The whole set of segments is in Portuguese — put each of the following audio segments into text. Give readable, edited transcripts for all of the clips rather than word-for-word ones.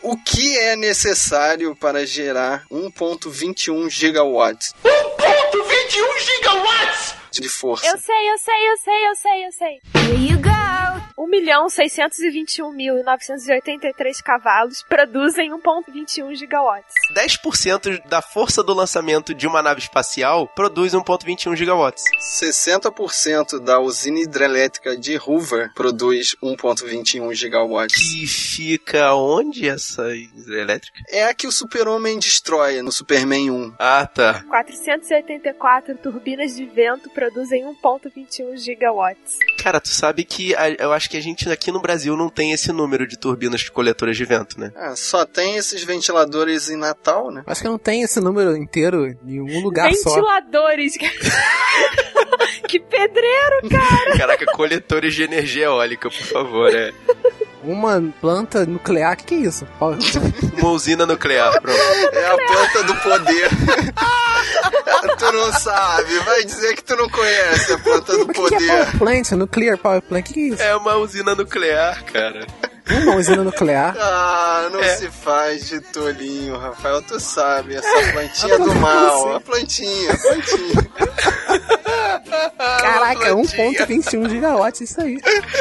O que é necessário para gerar 1.21 gigawatts? 1.21 gigawatts! De força. Eu sei. Here you go. 1.621.983 cavalos produzem 1.21 gigawatts. 10% da força do lançamento de uma nave espacial produz 1.21 gigawatts. 60% da usina hidrelétrica de Hoover produz 1.21 gigawatts. Que fica onde essa hidrelétrica? É a que o Super-Homem destrói no Superman 1. Ah, tá. 484 turbinas de vento produzem 1.21 gigawatts. Cara, tu sabe que eu acho que a gente aqui no Brasil não tem esse número de turbinas coletoras de vento, né? Ah, só tem esses ventiladores em Natal, né? Acho que não tem esse número inteiro em um lugar ventiladores. só. Que pedreiro, cara! Caraca, coletores de energia eólica, por favor, Uma planta nuclear, o que é isso? Uma usina nuclear, pronto. É a planta do poder. Tu não sabe, vai dizer que tu não conhece a planta do poder. O que é power plant? Nuclear power plant? O que é isso? É uma usina nuclear, cara. Uma usina nuclear? Ah, não se faz de tolinho, Rafael. Tu sabe, essa plantinha do mal. A plantinha. Caraca, 1.21 gigawatts, isso aí.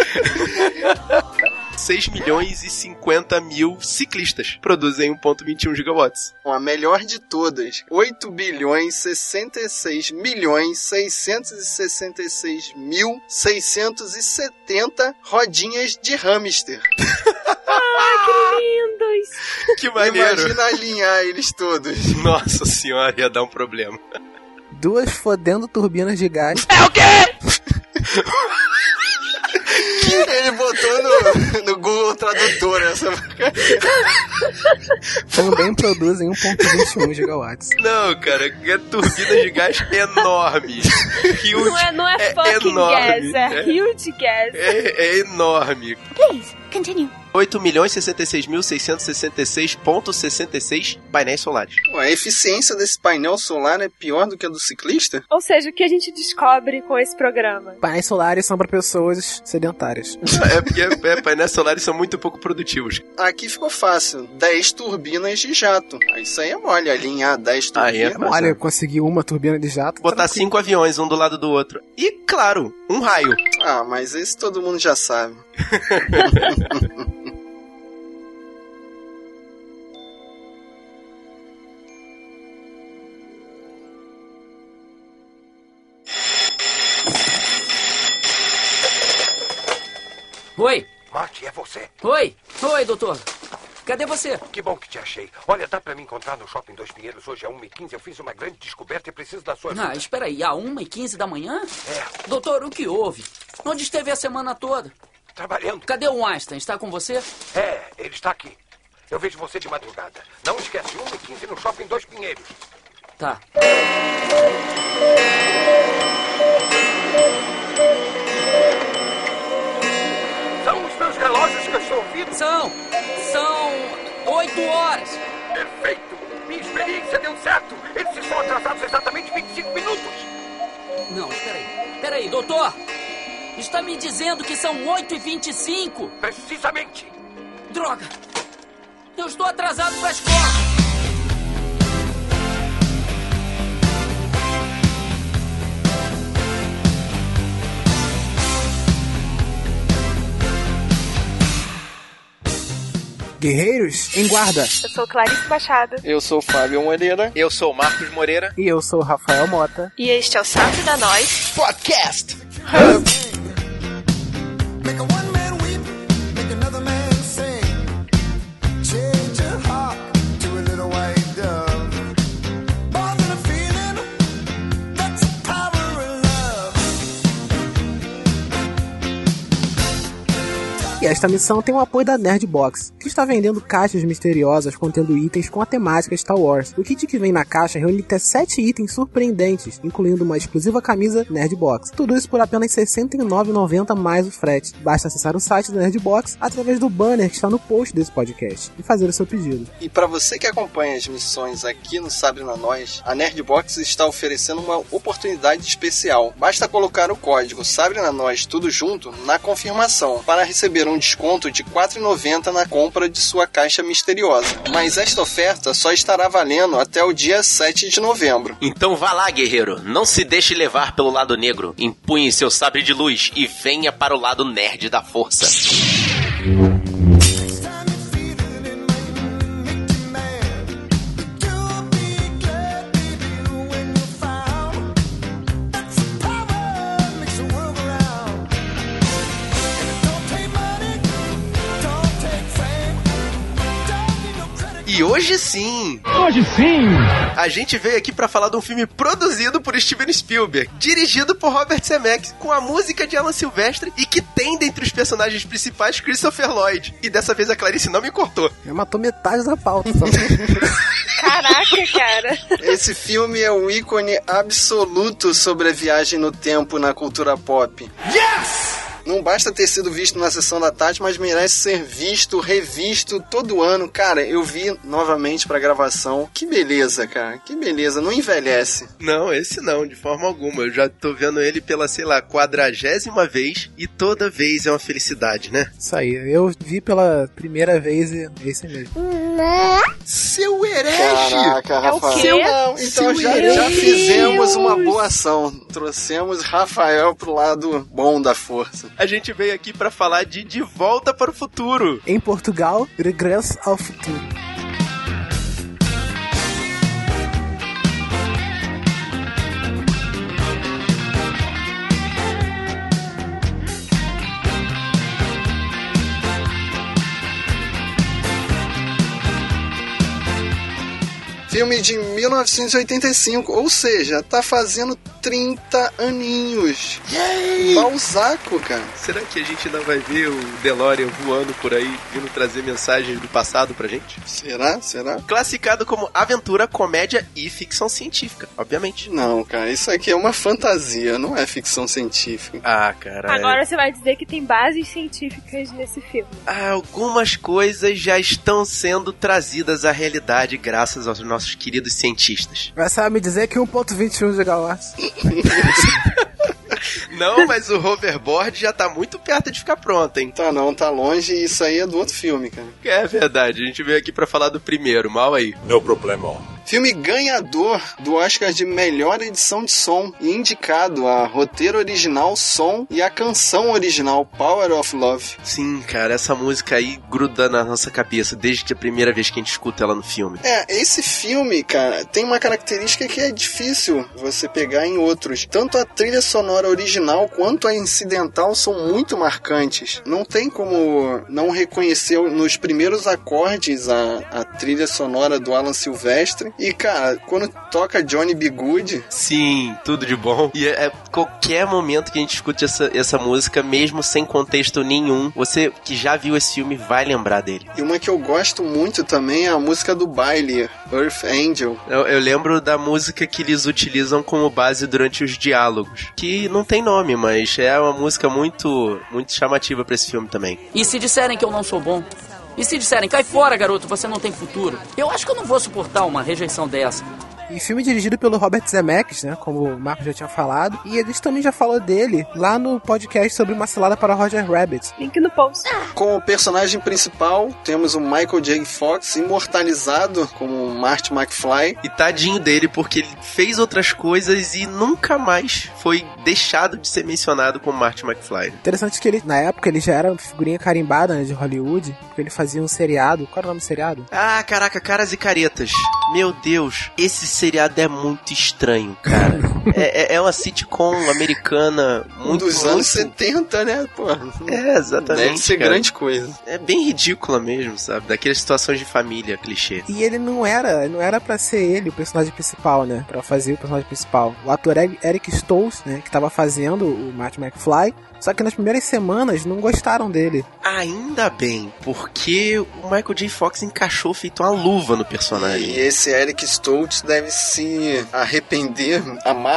6 milhões e 50 mil ciclistas produzem 1.21 gigawatts. A melhor de todas, 8 bilhões 66 milhões 666 mil 670 rodinhas de hamster. Ah, que lindos! Que maneiro. Imagina alinhar eles todos. Nossa senhora, ia dar um problema. 2 fodendo turbinas de gás. É o quê? Ele botou no Google Tradutor essa. Também produzem 1.21 gigawatts. Não, cara, é turbina de gás enorme. Huge, não é fucking enorme. gas, é huge gas. É enorme. Please, continue. 8.666.666.66 painéis solares. A eficiência desse painel solar é pior do que a do ciclista? Ou seja, o que a gente descobre com esse programa? Painéis solares são para pessoas sedentárias. É porque painéis solares são muito pouco produtivos. Aqui ficou fácil. 10 turbinas de jato. Isso aí é mole, alinhar 10 turbinas. Olha, eu consegui uma turbina de jato. Botar 5 aviões, um do lado do outro. E, claro, um raio. Ah, mas esse todo mundo já sabe. Oi. Marty, é você? Oi, doutor. Cadê você? Que bom que te achei. Olha, dá pra me encontrar no Shopping Dois Pinheiros hoje às 1h15. Eu fiz uma grande descoberta e preciso da sua ajuda. Espera aí, às 1h15 da manhã? É. Doutor, o que houve? Onde esteve a semana toda? Trabalhando. Cadê o Einstein? Está com você? É, ele está aqui. Eu vejo você de madrugada. Não esquece, 1h15 no Shopping Dois Pinheiros. Tá. São os meus relógios que eu estou ouvindo? São 8 horas. Perfeito. Minha experiência deu certo. Eles estão atrasados exatamente 25 minutos. Não, espera aí, doutor. Está me dizendo que são 8h25. Precisamente. Droga. Eu estou atrasado para a escola. Guerreiros em guarda. Eu sou Clarice Machado. Eu sou o Fábio Moreira. Eu sou o Marcos Moreira. E eu sou o Rafael Mota. E este é o Sabe da Nós Podcast. E esta missão tem o apoio da Nerdbox, que está vendendo caixas misteriosas contendo itens com a temática Star Wars. O kit que vem na caixa reúne até 7 itens surpreendentes, incluindo uma exclusiva camisa Nerdbox. Tudo isso por apenas R$ 69,90 mais o frete. Basta acessar o site da Nerdbox através do banner que está no post desse podcast e fazer o seu pedido. E para você que acompanha as missões aqui no Sabre na Nós, a Nerdbox está oferecendo uma oportunidade especial. Basta colocar o código Sabre na Nós tudo junto na confirmação para receber um um desconto de R$ 4,90 na compra de sua caixa misteriosa. Mas esta oferta só estará valendo até o dia 7 de novembro. Então vá lá, guerreiro. Não se deixe levar pelo lado negro. Empunhe seu sabre de luz e venha para o lado nerd da força. E hoje sim, a gente veio aqui pra falar de um filme produzido por Steven Spielberg, dirigido por Robert Zemeckis, com a música de Alan Silvestre e que tem dentre os personagens principais Christopher Lloyd. E dessa vez a Clarice não me cortou. Já matou metade da pauta. Caraca, cara. Esse filme é um ícone absoluto sobre a viagem no tempo na cultura pop. Yes! Não basta ter sido visto na sessão da tarde, mas merece ser visto, revisto todo ano. Cara, eu vi novamente pra gravação. Que beleza, cara. Que beleza. Não envelhece. Não, esse não, de forma alguma. Eu já tô vendo ele pela, 40ª vez e toda vez é uma felicidade, né? Isso aí. Eu vi pela primeira vez e é esse mesmo. Seu herege! Caraca, Rafael. Então já fizemos uma boa ação. Trouxemos Rafael pro lado bom da força. A gente veio aqui pra falar de Volta para o Futuro. Em Portugal, Regresso ao Futuro. Filme de 1985, ou seja, tá fazendo 30 aninhos. Balzaco, cara. Será que a gente ainda vai ver o DeLorean voando por aí, vindo trazer mensagens do passado pra gente? Será? Classificado como aventura, comédia e ficção científica, obviamente. Não, cara, isso aqui é uma fantasia, não é ficção científica. Ah, cara. Agora você vai dizer que tem bases científicas nesse filme. Algumas coisas já estão sendo trazidas à realidade graças aos nossos queridos cientistas. Vai saber me dizer que 1.21 gigawatts. Não, mas o hoverboard já tá muito perto de ficar pronto, hein? Tá não, tá longe e isso aí é do outro filme, cara. É verdade, a gente veio aqui pra falar do primeiro, mal aí. No problema. Filme ganhador do Oscar de melhor edição de som e indicado a roteiro original, som e a canção original Power of Love. Sim, cara, essa música aí gruda na nossa cabeça desde a primeira vez que a gente escuta ela no filme. Esse filme, cara, tem uma característica que é difícil você pegar em outros. Tanto a trilha sonora original quanto a incidental são muito marcantes. Não tem como não reconhecer nos primeiros acordes a trilha sonora do Alan Silvestre. E, cara, quando toca Johnny B. Good... Sim, tudo de bom. E qualquer momento que a gente escute essa música, mesmo sem contexto nenhum, você que já viu esse filme vai lembrar dele. E uma que eu gosto muito também é a música do baile, Earth Angel. Eu lembro da música que eles utilizam como base durante os diálogos, que não tem nome, mas é uma música muito, muito chamativa pra esse filme também. E se disserem que eu não sou bom? E se disserem, cai fora, garoto, você não tem futuro? Eu acho que eu não vou suportar uma rejeição dessa. E filme dirigido pelo Robert Zemeckis, né? Como o Marco já tinha falado. E a gente também já falou dele lá no podcast sobre Uma Cilada para Roger Rabbit. Link no post. Como personagem principal, temos o Michael J. Fox, imortalizado como Marty McFly. E tadinho dele, porque ele fez outras coisas e nunca mais foi deixado de ser mencionado como Marty McFly. Interessante que ele, na época, ele já era figurinha carimbada, né, de Hollywood, porque ele fazia um seriado. Qual era o nome do seriado? Ah, caraca, Caras e Caretas. Meu Deus, esse seriado é muito estranho, cara. É uma sitcom americana muito... Dos anos 70, né, pô? É, exatamente. Deve ser grande coisa. É bem ridícula mesmo, sabe? Daquelas situações de família, clichê. E ele não era pra ser ele o personagem principal, né? Pra fazer o personagem principal. O ator Eric Stoltz, né? Que tava fazendo o Marty McFly. Só que nas primeiras semanas não gostaram dele. Ainda bem, porque o Michael J. Fox encaixou feito uma luva no personagem. E esse Eric Stoltz deve se arrepender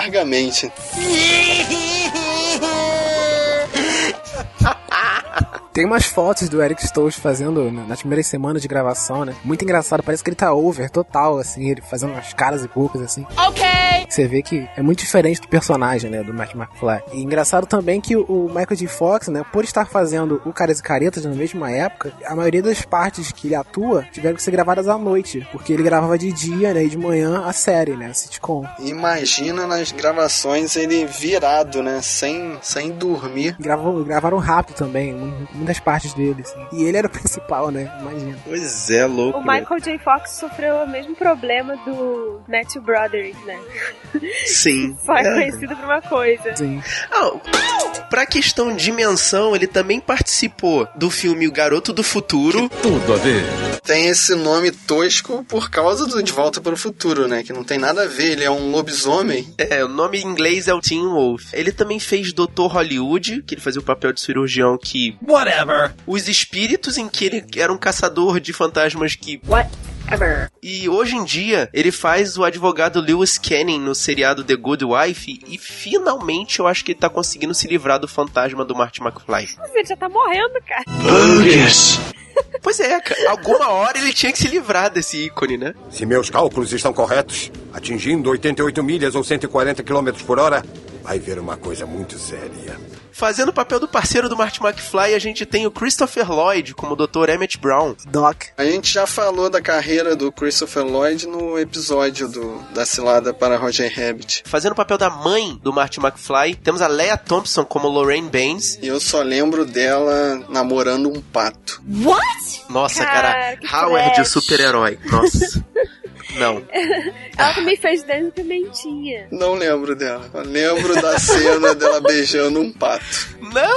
amargamente. Tem umas fotos do Eric Stoltz fazendo nas primeiras semanas de gravação, né? Muito engraçado, parece que ele tá over total, assim, ele fazendo umas caras e bocas, assim. Ok! Você vê que é muito diferente do personagem, né, do Marty McFly. E engraçado também que o Michael J. Fox, né, por estar fazendo o Caras e Caretas na mesma época, a maioria das partes que ele atua tiveram que ser gravadas à noite, porque ele gravava de dia, né, e de manhã a série, né, a sitcom. Imagina nas gravações ele virado, né, sem dormir. Gravaram rápido também, muitas partes dele, assim. E ele era o principal, né, imagina. Pois é, louco. O Michael J. Fox sofreu o mesmo problema do Matthew Broderick, né? Sim. Só é conhecido por uma coisa. Sim. Pra questão de menção, ele também participou do filme O Garoto do Futuro. Tudo a ver. Tem esse nome tosco por causa do De Volta para o Futuro, né? Que não tem nada a ver, ele é um lobisomem. O nome em inglês é o Teen Wolf. Ele também fez Dr. Hollywood, que ele fazia o papel de cirurgião que... Whatever. Os Espíritos, em que ele era um caçador de fantasmas que... Whatever. E hoje em dia, ele faz o advogado Lewis Canning no seriado The Good Wife e finalmente eu acho que ele tá conseguindo se livrar do fantasma do Marty McFly. Ele já tá morrendo, cara. Pois é, cara. Alguma hora ele tinha que se livrar desse ícone, né? Se meus cálculos estão corretos, atingindo 88 milhas ou 140 km por hora, vai ver uma coisa muito séria. Fazendo o papel do parceiro do Marty McFly, a gente tem o Christopher Lloyd como Dr. Emmett Brown. Doc. A gente já falou da carreira do Christopher Lloyd no episódio da Cilada para Roger Rabbit. Fazendo o papel da mãe do Marty McFly, temos a Lea Thompson como Lorraine Baines. E eu só lembro dela namorando um pato. What? Nossa, cara Howard, trash. o super-herói. Nossa. Não. Ela também fez Dani Pimentinha. Não lembro dela. Eu lembro da cena dela beijando um pato.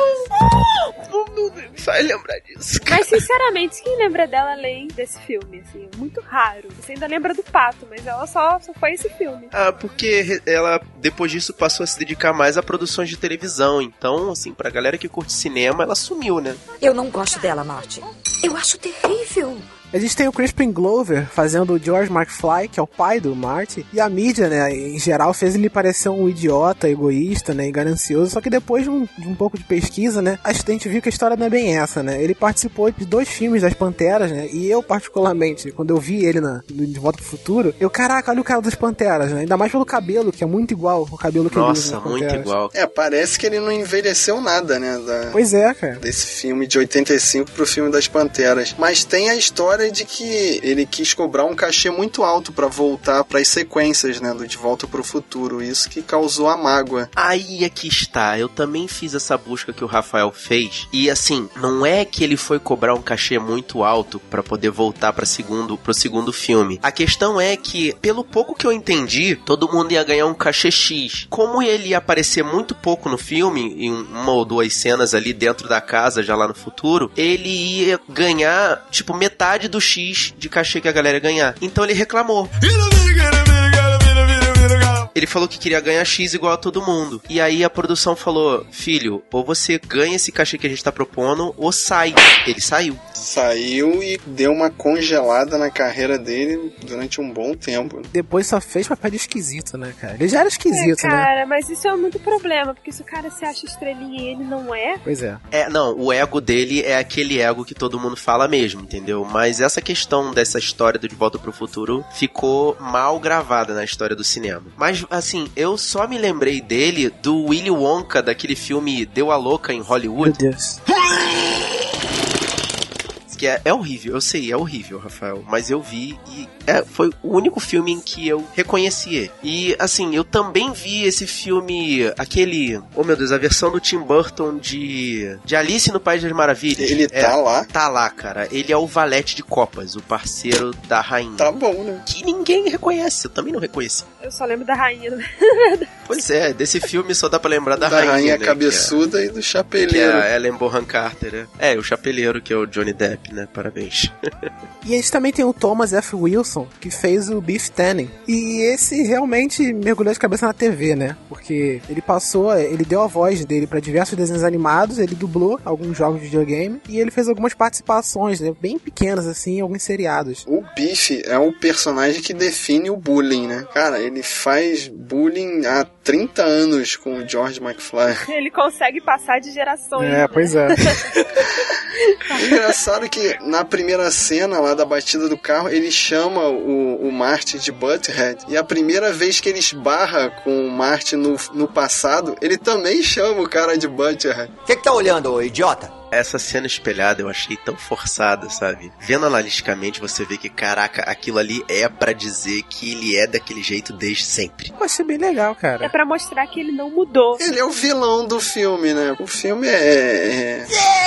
Não vai lembrar disso, cara. Mas, sinceramente, quem lembra dela além desse filme? Assim, é muito raro. Você ainda lembra do pato, mas ela só foi esse filme. Porque ela, depois disso, passou a se dedicar mais a produções de televisão. Então, assim, pra galera que curte cinema, ela sumiu, né? Eu não gosto dela, Marty. Eu acho terrível. A gente tem o Crispin Glover fazendo o George McFly, que é o pai do Marty, e a mídia, né, em geral, fez ele parecer um idiota, egoísta, né, e ganancioso, só que depois de um pouco de pesquisa, né, a gente viu que a história não é bem essa, né, ele participou de 2 filmes das Panteras, né, e eu, particularmente, quando eu vi ele no De Volta pro Futuro, caraca, olha o cara das Panteras, né, ainda mais pelo cabelo, que é muito igual o cabelo que ele usa nas Panteras. Muito igual. Parece que ele não envelheceu nada, né, Pois é, cara. desse filme de 85 pro filme das Panteras. Mas tem a história de que ele quis cobrar um cachê muito alto pra voltar pras sequências, né, do De Volta pro Futuro. Isso que causou a mágoa. Aí aqui está, eu também fiz essa busca que o Rafael fez, e assim, não é que ele foi cobrar um cachê muito alto pra poder voltar pro segundo filme. A questão é que, pelo pouco que eu entendi, todo mundo ia ganhar um cachê X. Como ele ia aparecer muito pouco no filme, em 1 ou 2 cenas ali dentro da casa, já lá no futuro, ele ia ganhar, tipo, metade do X de cachê que a galera ia ganhar. Então ele reclamou. Ele falou que queria ganhar X igual a todo mundo. E aí a produção falou: filho, ou você ganha esse cachê que a gente tá propondo, ou sai. Ele saiu. Saiu e deu uma congelada na carreira dele durante um bom tempo. Depois só fez papel de esquisito, né, cara? Ele já era esquisito, né? Cara, mas isso é muito problema, porque se o cara se acha estrelinha e ele não é... Pois é. Não, o ego dele é aquele ego que todo mundo fala mesmo, entendeu? Mas essa questão dessa história do De Volta pro Futuro ficou mal gravada na história do cinema. Mas, assim, eu só me lembrei dele do Willy Wonka, daquele filme Deu a Louca em Hollywood. Meu Deus. Que é horrível, eu sei, é horrível, Rafael, mas eu vi e foi o único filme em que eu reconheci ele. E, assim, eu também vi esse filme, aquele, oh meu Deus, a versão do Tim Burton de Alice no País das Maravilhas. Ele tá lá? Tá lá, cara. Ele é o valete de copas, o parceiro da rainha. Tá bom, né? Que ninguém reconhece, eu também não reconheci. Eu só lembro da rainha. Pois é, desse filme só dá pra lembrar da rainha né, cabeçuda e do chapeleiro. Que é a Ellen Bonham Carter, né? O chapeleiro, que é o Johnny Depp. né? Parabéns. E a gente também tem o Thomas F. Wilson, que fez o Biff Tannen. E esse realmente mergulhou de cabeça na TV, né? Porque ele deu a voz dele pra diversos desenhos animados, ele dublou alguns jogos de videogame e ele fez algumas participações, né? Bem pequenas, assim, em alguns seriados. O Biff é o personagem que define o bullying, né? Cara, ele faz bullying há 30 anos com o George McFly. Ele consegue passar de gerações. É, pois é. Engraçado que na primeira cena lá da batida do carro, ele chama o Marty de Butthead. E a primeira vez que ele esbarra com o Marty no passado, ele também chama o cara de Butthead. O que tá olhando, ô idiota? Essa cena espelhada eu achei tão forçada, sabe? Vendo analiticamente, você vê que, caraca, aquilo ali é pra dizer que ele é daquele jeito desde sempre. Eu achei bem legal, cara. É pra mostrar que ele não mudou. Ele é o vilão do filme, né? O filme é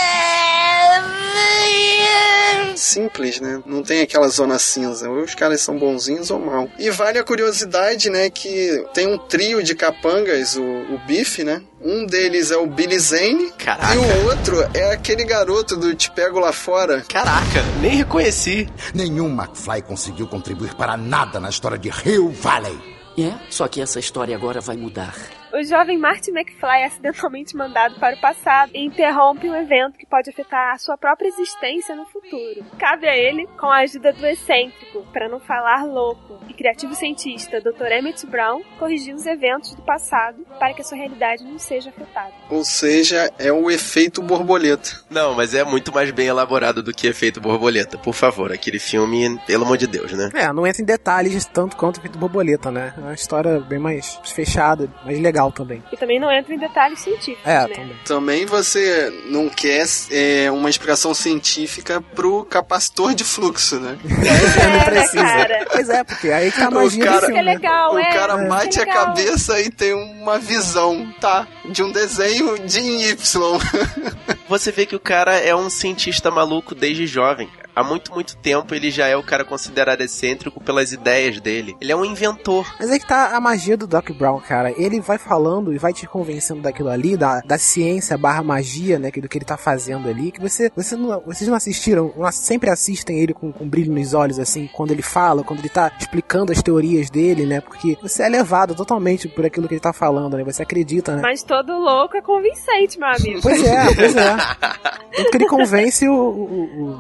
simples, né? Não tem aquela zona cinza. Ou os caras são bonzinhos ou mal. E vale a curiosidade, né? Que tem um trio de capangas, o Biff, né? Um deles é o Billy Zane. Caraca. E o outro é aquele garoto do Te Pego Lá Fora. Caraca, nem reconheci. Nenhum McFly conseguiu contribuir para nada na história de Hill Valley. Só que essa história agora vai mudar. O jovem Marty McFly é acidentalmente mandado para o passado e interrompe um evento que pode afetar a sua própria existência no futuro. Cabe a ele, com a ajuda do excêntrico, para não falar louco, e criativo cientista Dr. Emmett Brown, corrigir os eventos do passado para que a sua realidade não seja afetada. Ou seja, é o efeito borboleta. Não, mas é muito mais bem elaborado do que Efeito Borboleta. Por favor, aquele filme, pelo amor de Deus, né? Não entra em detalhes tanto quanto o Efeito Borboleta, né? É uma história bem mais fechada, mais legal também. E também não entra em detalhes científicos, né? Também você não quer uma explicação científica pro capacitor de fluxo, né? Não precisa. Cara. Pois é, porque aí que tá a magia do filme. É legal, o cara bate a cabeça e tem uma visão, de um desenho de Y. Você vê que o cara é um cientista maluco desde jovem, cara. Há muito tempo ele já é o cara considerado excêntrico pelas ideias dele. Ele é um inventor. Mas é que tá a magia do Doc Brown, cara. Ele vai falando e vai te convencendo daquilo ali, da ciência / magia, né, do que ele tá fazendo ali, que vocês não assistiram, sempre assistem ele com brilho nos olhos, assim, quando ele fala, quando ele tá explicando as teorias dele, né, porque você é levado totalmente por aquilo que ele tá falando, né, você acredita, né. Mas todo louco é convincente, meu amigo. Pois é. Tanto que ele convence o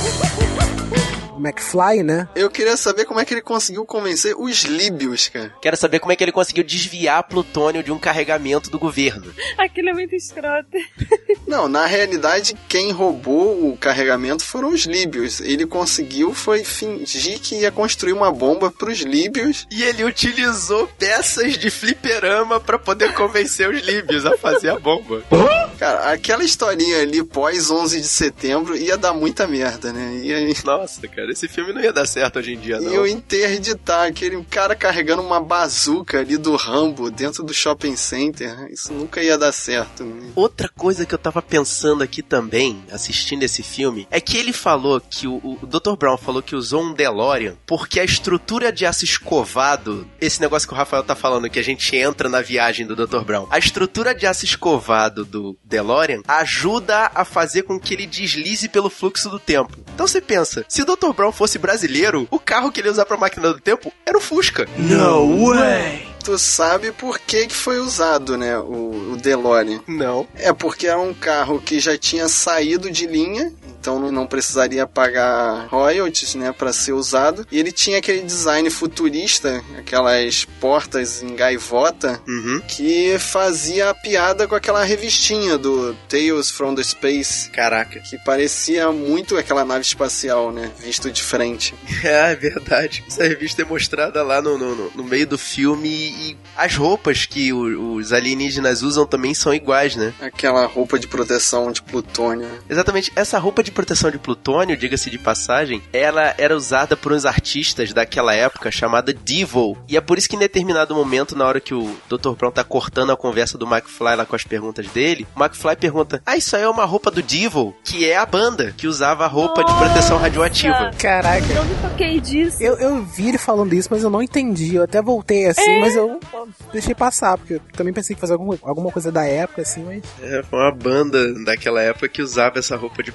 McFly, né? Eu queria saber como é que ele conseguiu convencer os líbios, cara. Quero saber como é que ele conseguiu desviar plutônio de um carregamento do governo. Aquilo é muito escroto. Não, na realidade, quem roubou o carregamento foram os líbios. Ele conseguiu foi fingir que ia construir uma bomba pros líbios. E ele utilizou peças de fliperama pra poder convencer os líbios a fazer a bomba. Cara, aquela historinha ali pós 11 de setembro ia dar muita merda, né? E aí... Nossa, cara, esse filme não ia dar certo hoje em dia, não. E eu interditar aquele cara carregando uma bazuca ali do Rambo dentro do shopping center, isso nunca ia dar certo, né? Outra coisa que eu tava pensando aqui também, assistindo esse filme, é que ele falou que o Dr. Brown falou que usou um DeLorean porque a estrutura de aço escovado, esse negócio que o Rafael tá falando, que a gente entra na viagem do Dr. Brown, a estrutura de aço escovado do DeLorean ajuda a fazer com que ele deslize pelo fluxo do tempo. Então você pensa, se o Dr. Brown fosse brasileiro, o carro que ele ia usar pra máquina do tempo era o Fusca. No way! Tu sabe por que foi usado, né, o DeLorean? Não. É porque era um carro que já tinha saído de linha, então não precisaria pagar royalties, né, pra ser usado. E ele tinha aquele design futurista, aquelas portas em gaivota, que fazia a piada com aquela revistinha do Tales from the Space. Caraca. Que parecia muito aquela nave espacial, né, visto de frente. É verdade. Essa revista é mostrada lá no meio do filme e as roupas que os alienígenas usam também são iguais, né? Aquela roupa de proteção de plutônio. Exatamente. Essa roupa de proteção de plutônio, diga-se de passagem, ela era usada por uns artistas daquela época chamada Devil. E é por isso que em determinado momento, na hora que o Dr. Brown tá cortando a conversa do McFly lá com as perguntas dele, o McFly pergunta, isso aí é uma roupa do Devil, que é a banda que usava a roupa de proteção radioativa. Caraca. Eu não toquei disso. Eu vi ele falando isso, mas eu não entendi. Eu até voltei assim, mas eu deixei passar, porque eu também pensei que fazer alguma coisa da época, assim, mas... Foi uma banda daquela época que usava essa roupa de proteção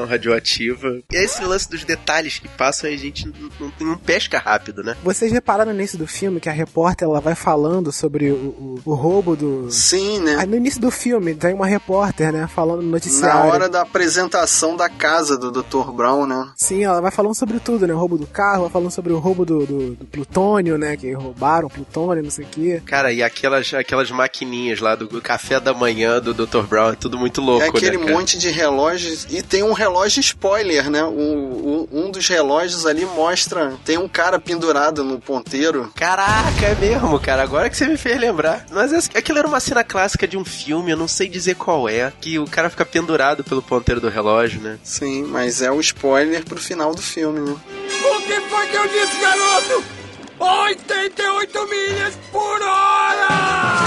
radiação radioativa. E é esse lance dos detalhes que passam e a gente não pesca rápido, né? Vocês repararam no início do filme que a repórter ela vai falando sobre o roubo do... Sim, né? Aí no início do filme tem uma repórter, né, falando no noticiário. Na hora da apresentação da casa do Dr. Brown, né? Sim, ela vai falando sobre tudo, né? O roubo do carro, vai falando sobre o roubo do plutônio, né? Que roubaram plutônio, não sei o quê. Cara, e aquelas maquininhas lá do café da manhã do Dr. Brown, é tudo muito louco, né? É aquele monte de relógios. E tem um relógio spoiler, né? Um dos relógios ali mostra... Tem um cara pendurado no ponteiro. Caraca, é mesmo, cara. Agora que você me fez lembrar. Mas aquilo era uma cena clássica de um filme, eu não sei dizer qual é, que o cara fica pendurado pelo ponteiro do relógio, né? Sim, mas é o spoiler pro final do filme, né? O que foi que eu disse, garoto? 88 milhas por hora!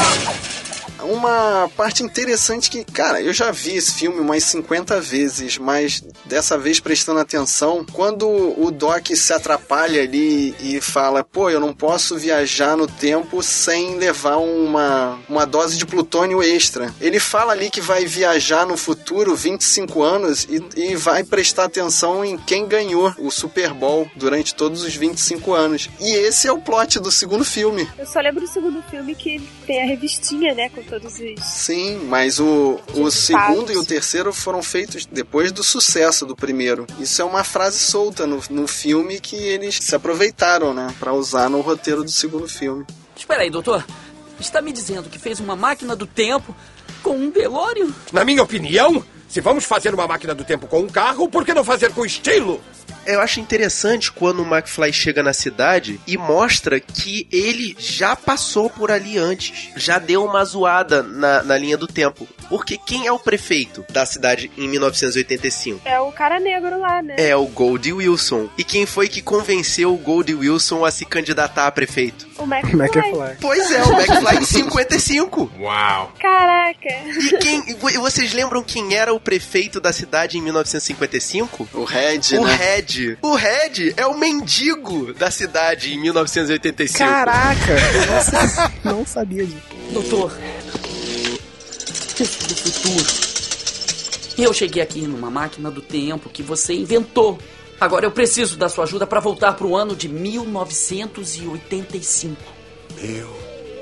Uma parte interessante que, cara, eu já vi esse filme umas 50 vezes, mas dessa vez prestando atenção, quando o Doc se atrapalha ali e fala, pô, eu não posso viajar no tempo sem levar uma dose de plutônio extra. Ele fala ali que vai viajar no futuro 25 anos e vai prestar atenção em quem ganhou o Super Bowl durante todos os 25 anos. E esse é o plot do segundo filme. Eu só lembro do segundo filme que tem a revistinha, né, com todos os... Sim, mas o segundo e o terceiro foram feitos depois do sucesso do primeiro. Isso é uma frase solta no filme que eles se aproveitaram, né, pra usar no roteiro do segundo filme. Espera aí, doutor. Está me dizendo que fez uma máquina do tempo com um DeLorean? Na minha opinião, se vamos fazer uma máquina do tempo com um carro, por que não fazer com estilo? Eu acho interessante quando o McFly chega na cidade e mostra que ele já passou por ali antes. Já deu uma zoada na linha do tempo. Porque quem é o prefeito da cidade em 1985? É o cara negro lá, né? É o Goldie Wilson. E quem foi que convenceu o Goldie Wilson a se candidatar a prefeito? O McFly. Pois é, o McFly em 55. Uau! Caraca! E vocês lembram quem era o prefeito da cidade em 1955? O Red, né? Red. O Red é o mendigo da cidade em 1985. Caraca! Não sabia disso. Doutor, eu sou do futuro. Eu cheguei aqui numa máquina do tempo que você inventou. Agora eu preciso da sua ajuda para voltar para o ano de 1985. Meu...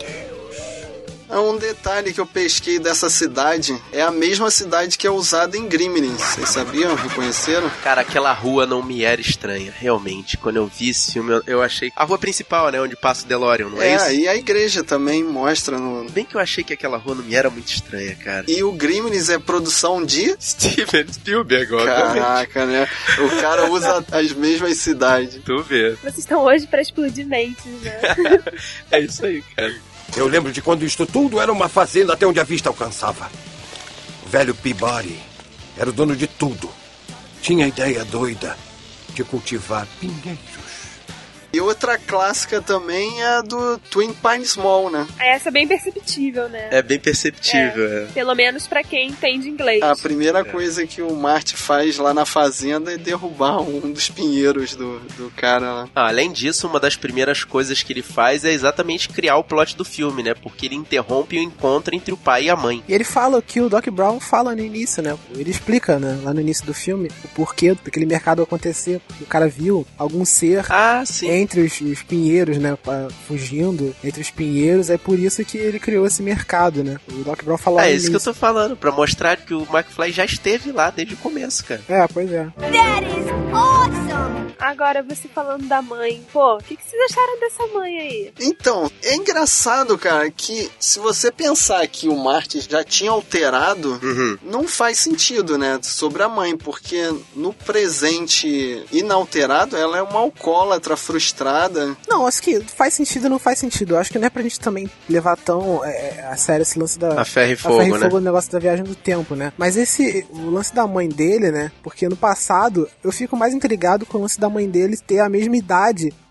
Um detalhe que eu pesquei dessa cidade é a mesma cidade que é usada em Gremlins. Vocês sabiam? Reconheceram? Cara, aquela rua não me era estranha, realmente. Quando eu vi esse filme, eu achei... A rua principal, né? Onde passa o DeLorean, não é isso? E a igreja também mostra no... Bem que eu achei que aquela rua não me era muito estranha, cara. E o Gremlins é produção de... Steven Spielberg, obviamente. Caraca, né? O cara usa as mesmas cidades. Tu vê. Vocês estão hoje pra explodir mentes, né? É isso aí, cara. Eu lembro de quando isto tudo era uma fazenda até onde a vista alcançava. O velho Peabody era o dono de tudo. Tinha a ideia doida de cultivar pinheiros. E outra clássica também é a do Twin Pines Mall, né? Essa é bem perceptível, né? É bem perceptível, Pelo menos pra quem entende inglês. A primeira coisa que o Marty faz lá na fazenda é derrubar um dos pinheiros do cara lá. Além disso, uma das primeiras coisas que ele faz é exatamente criar o plot do filme, né? Porque ele interrompe o encontro entre o pai e a mãe. E ele fala o que o Doc Brown fala no início, né? Ele explica, né, lá no início do filme, o porquê daquele mercado acontecer. O cara viu algum ser... sim. Entre os pinheiros, né, fugindo entre os pinheiros, é por isso que ele criou esse mercado, né? O Doc Brown falou. É isso que eu tô falando, pra mostrar que o McFly já esteve lá desde o começo, cara. É, pois é. That is awesome! Agora você falando da mãe, pô, o que vocês acharam dessa mãe aí? Então, é engraçado, cara, que se você pensar que o Marty já tinha alterado, não faz sentido, né, sobre a mãe, porque no presente inalterado, ela é uma alcoólatra frustrada. Não, acho que faz sentido e não faz sentido. Eu acho que não é pra gente também levar tão a sério esse lance da... A ferro e fogo, né? O negócio da viagem do tempo, né? Mas o lance da mãe dele, né? Porque no passado, eu fico mais intrigado com o lance da mãe dele ter a mesma idade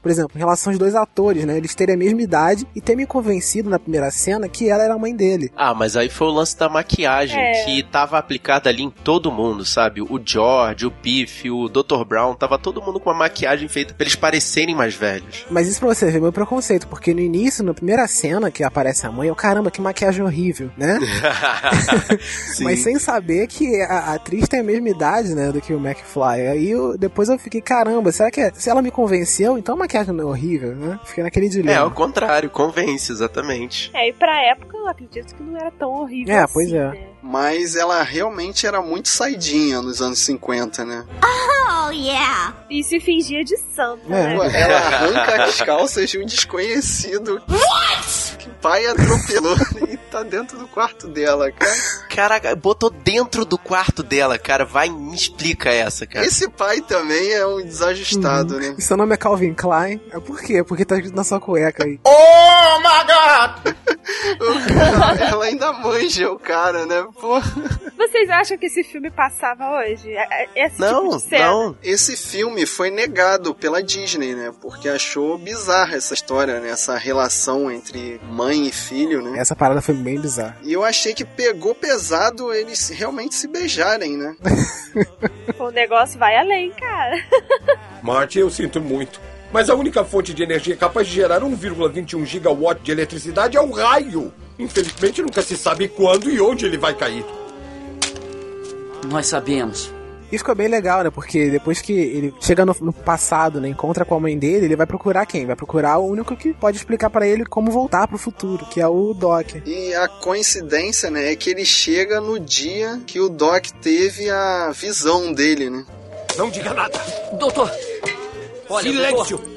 Por exemplo, em relação aos dois atores, né? Eles terem a mesma idade e ter me convencido na primeira cena que ela era a mãe dele. Ah, mas aí foi o lance da maquiagem que tava aplicada ali em todo mundo, sabe? O George, o Biff, o Dr. Brown, tava todo mundo com uma maquiagem feita pra eles parecerem mais velhos. Mas isso pra você ver meu preconceito, porque no início, na primeira cena que aparece a mãe, eu, caramba, que maquiagem horrível, né? Mas sem saber que a atriz tem a mesma idade, né, do que o McFly. Aí depois eu fiquei, caramba, será que se ela me convenceu, então a maquiagem não é horrível, né? Fiquei naquele dilema. É, ao contrário, convence, exatamente. E pra época eu acredito que não era tão horrível assim, pois é. Né? Mas ela realmente era muito saidinha nos anos 50, né? Oh, yeah! E se fingia de santa, né? Ela arranca as calças de um desconhecido. What? Que o pai atropelou e tá dentro do quarto dela, cara. Caraca, botou dentro do quarto dela, cara. Vai, me explica essa, cara. Esse pai também é um desajustado, né? E seu nome é Calvin Klein? Por quê? Porque tá escrito na sua cueca aí. Oh, my God! Ela ainda manja o cara, né? Porra. Vocês acham que esse filme passava hoje? Esse não, tipo de cena? não. Esse filme foi negado pela Disney, né? Porque achou bizarra essa história, né? Essa relação entre mãe e filho, né? Essa parada foi bem bizarra. E eu achei que pegou pesado eles realmente se beijarem, né? O negócio vai além, cara. Marty, eu sinto muito. Mas a única fonte de energia capaz de gerar 1,21 gigawatt de eletricidade é o raio. Infelizmente, nunca se sabe quando e onde ele vai cair. Nós sabemos. Isso ficou bem legal, né? Porque depois que ele chega no passado, né? Encontra com a mãe dele, ele vai procurar quem? Vai procurar o único que pode explicar pra ele como voltar pro futuro, que é o Doc. E a coincidência, né? É que ele chega no dia que o Doc teve a visão dele, né? Não diga nada. Doutor! Olha, silêncio! Doutor.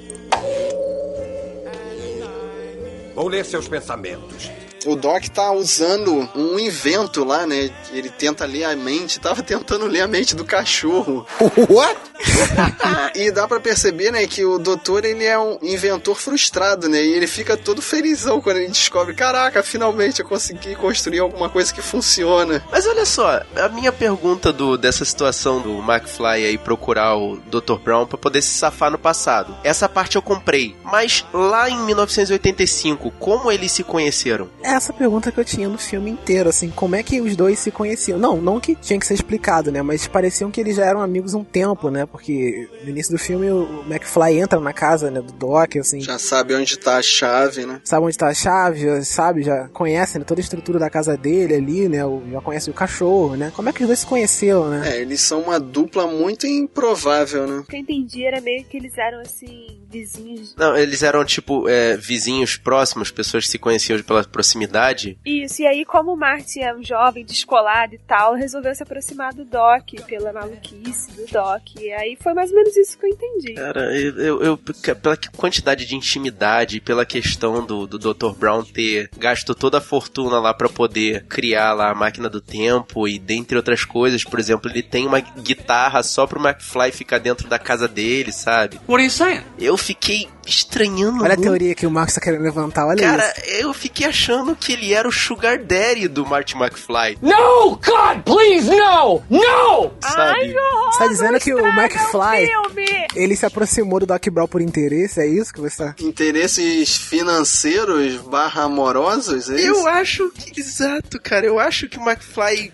Vou ler seus pensamentos. O Doc tá usando um invento lá, né? Ele tenta ler a mente, tava tentando ler a mente do cachorro. What? E dá pra perceber, né, que o doutor, ele é um inventor frustrado, né? E ele fica todo felizão quando ele descobre, caraca, finalmente eu consegui construir alguma coisa que funciona. Mas olha só, a minha pergunta dessa situação do McFly aí procurar o Dr. Brown pra poder se safar no passado. Essa parte eu comprei. Mas lá em 1985, como eles se conheceram? Essa pergunta que eu tinha no filme inteiro, assim, como é que os dois se conheciam? Não que tinha que ser explicado, né? Mas pareciam que eles já eram amigos um tempo, né? Porque no início do filme o McFly entra na casa, né, do Doc, assim. Já sabe onde tá a chave, né? Sabe onde tá a chave, já conhece, né, toda a estrutura da casa dele ali, né? Já conhece o cachorro, né? Como é que os dois se conheceram, né? É, eles são uma dupla muito improvável, né? O que eu entendi era meio que eles eram, assim, vizinhos. Não, eles eram, tipo, vizinhos próximos, pessoas que se conheciam pela proximidade. Isso, e aí como o Marty é um jovem descolado e tal, resolveu se aproximar do Doc, pela maluquice do Doc. E aí foi mais ou menos isso que eu entendi. Cara, eu pela quantidade de intimidade, pela questão do Dr. Brown ter gasto toda a fortuna lá pra poder criar lá a máquina do tempo e dentre outras coisas, por exemplo, ele tem uma guitarra só pro McFly ficar dentro da casa dele, sabe? What are you saying? Eu fiquei estranhando Olha muito. a teoria que o Marcos tá querendo levantar, olha Cara, isso. eu fiquei achando que ele era o sugar daddy do Marty McFly. No, God, please, no! No! Sabe? Você tá dizendo que o McFly, filme. ele se aproximou do Doc Brown por interesse, é isso que você tá... Interesses financeiros / amorosos, é isso? Eu acho que... Exato, cara. Eu acho que o McFly...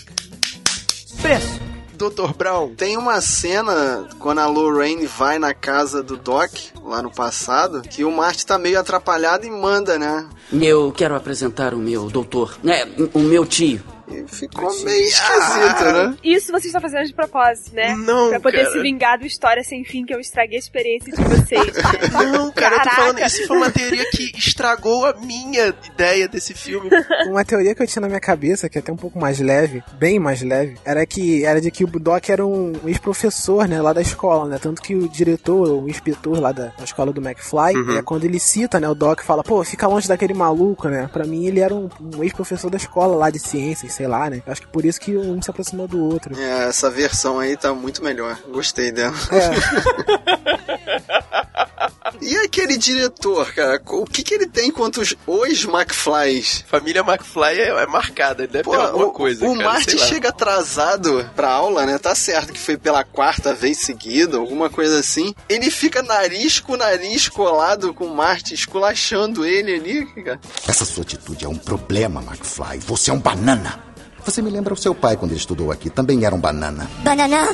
Preço. Dr. Brown. Tem uma cena, quando a Lorraine vai na casa do Doc, lá no passado, que o Marty tá meio atrapalhado e manda, né? Eu quero apresentar o meu doutor. O meu tio. E ficou meio esquisito, né? Isso vocês estão fazendo de propósito, né? Não, pra poder cara. se vingar do História Sem Fim, que eu estraguei a experiência de vocês. Não, cara, eu tô Caraca. falando, isso foi uma teoria que estragou a minha ideia desse filme. Uma teoria que eu tinha na minha cabeça, que é até um pouco mais leve, bem mais leve, era de que o Doc era um ex-professor, né, lá da escola, né? Tanto que o diretor, o inspetor lá da escola do McFly, quando ele cita, né, o Doc fala, pô, fica longe daquele maluco, né? Pra mim ele era um ex-professor da escola lá de ciências, sei lá, né? Acho que por isso que um se aproximou do outro. É, essa versão aí tá muito melhor. Gostei dela. É. E aquele diretor, cara, o que ele tem contra os McFlys? Família McFly é marcada, deve ter alguma coisa, o cara, Marty chega atrasado pra aula, né? Tá certo que foi pela 4ª vez seguida, alguma coisa assim. Ele fica nariz com nariz colado com o Marty, esculachando ele ali, cara. Essa sua atitude é um problema, McFly. Você é um banana. Você me lembra o seu pai quando ele estudou aqui. Também era um banana. Banana?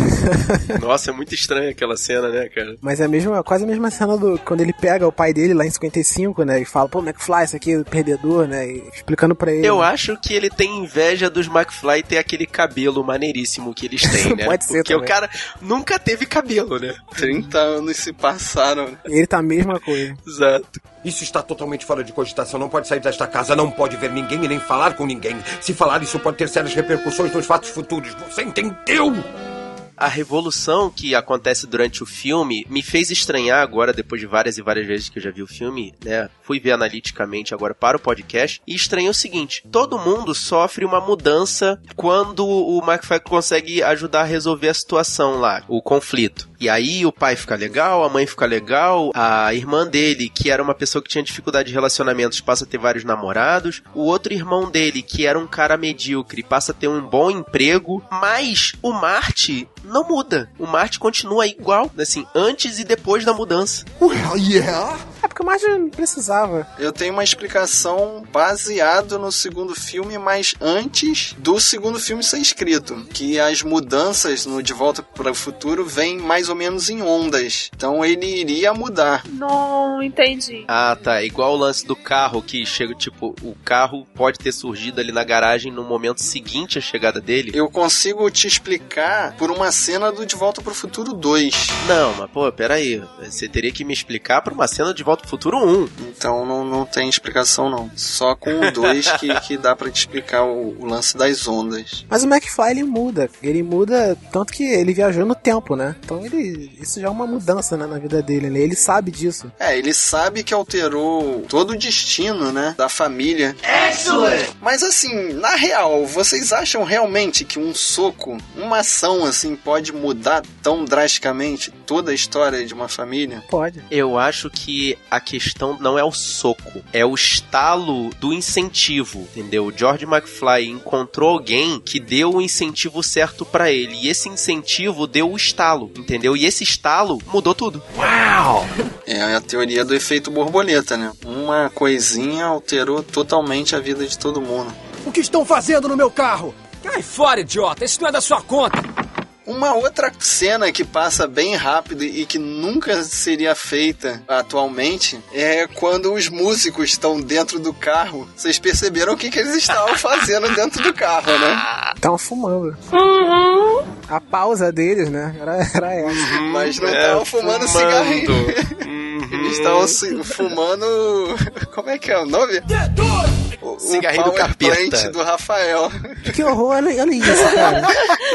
Nossa, é muito estranha aquela cena, né, cara? Mas é quase a mesma cena quando ele pega o pai dele lá em 55, né? E fala, pô, McFly, isso aqui é perdedor, né? E explicando pra ele. Eu acho que ele tem inveja dos McFly ter aquele cabelo maneiríssimo que eles têm, né? Pode ser porque também. O cara nunca teve cabelo, né? 30 anos se passaram. Ele tá a mesma coisa. Exato. Isso está totalmente fora de cogitação. Não pode sair desta casa, não pode ver ninguém e nem falar com ninguém. Se falar, isso pode ter sérias repercussões nos fatos futuros. Você entendeu? A revolução que acontece durante o filme me fez estranhar agora, depois de várias e várias vezes que eu já vi o filme, né? Fui ver analiticamente agora para o podcast e estranhei o seguinte: todo mundo sofre uma mudança quando o McFly consegue ajudar a resolver a situação lá, o conflito. E aí o pai fica legal, a mãe fica legal, a irmã dele, que era uma pessoa que tinha dificuldade de relacionamentos, passa a ter vários namorados, o outro irmão dele, que era um cara medíocre, passa a ter um bom emprego, mas o Marty não muda. O Marty continua igual, assim, antes e depois da mudança. Well, yeah. É porque o Marty não precisava. Eu tenho uma explicação baseada no segundo filme, mas antes do segundo filme ser escrito. Que as mudanças no De Volta para o Futuro vêm mais ou menos em ondas. Então ele iria mudar. Não entendi. Ah, tá. Igual o lance do carro, que chega, tipo, o carro pode ter surgido ali na garagem no momento seguinte à chegada dele. Eu consigo te explicar por uma cena do De Volta para o Futuro 2. Não, mas pô, peraí. Você teria que me explicar por uma cena de Volta pro Futuro 1. Então não tem explicação não. Só com o 2 que dá pra te explicar o lance das ondas. Mas o McFly, ele muda. Ele muda tanto que ele viajou no tempo, né? Então isso já é uma mudança, né, na vida dele, né? Ele sabe disso. Ele sabe que alterou todo o destino, né, da família. Excellent! Mas assim, na real, vocês acham realmente que um soco, uma ação assim, pode mudar tão drasticamente toda a história de uma família? Pode. Eu acho que a questão não é o soco, é o estalo do incentivo, entendeu? O George McFly encontrou alguém que deu o incentivo certo pra ele, e esse incentivo deu o estalo, entendeu? E esse estalo mudou tudo. Uau! É a teoria do efeito borboleta, né? Uma coisinha alterou totalmente a vida de todo mundo. O que estão fazendo no meu carro? Cai fora, idiota! Isso não é da sua conta! Uma outra cena que passa bem rápido e que nunca seria feita atualmente é quando os músicos estão dentro do carro. Vocês perceberam o que eles estavam fazendo dentro do carro, né? Estavam fumando. A pausa deles, né? Era essa. Mas não estavam fumando cigarrinho. Eles estavam fumando... Como é que é o nome? O cigarrinho do capeta. Do Rafael. Que horror, olha isso, cara.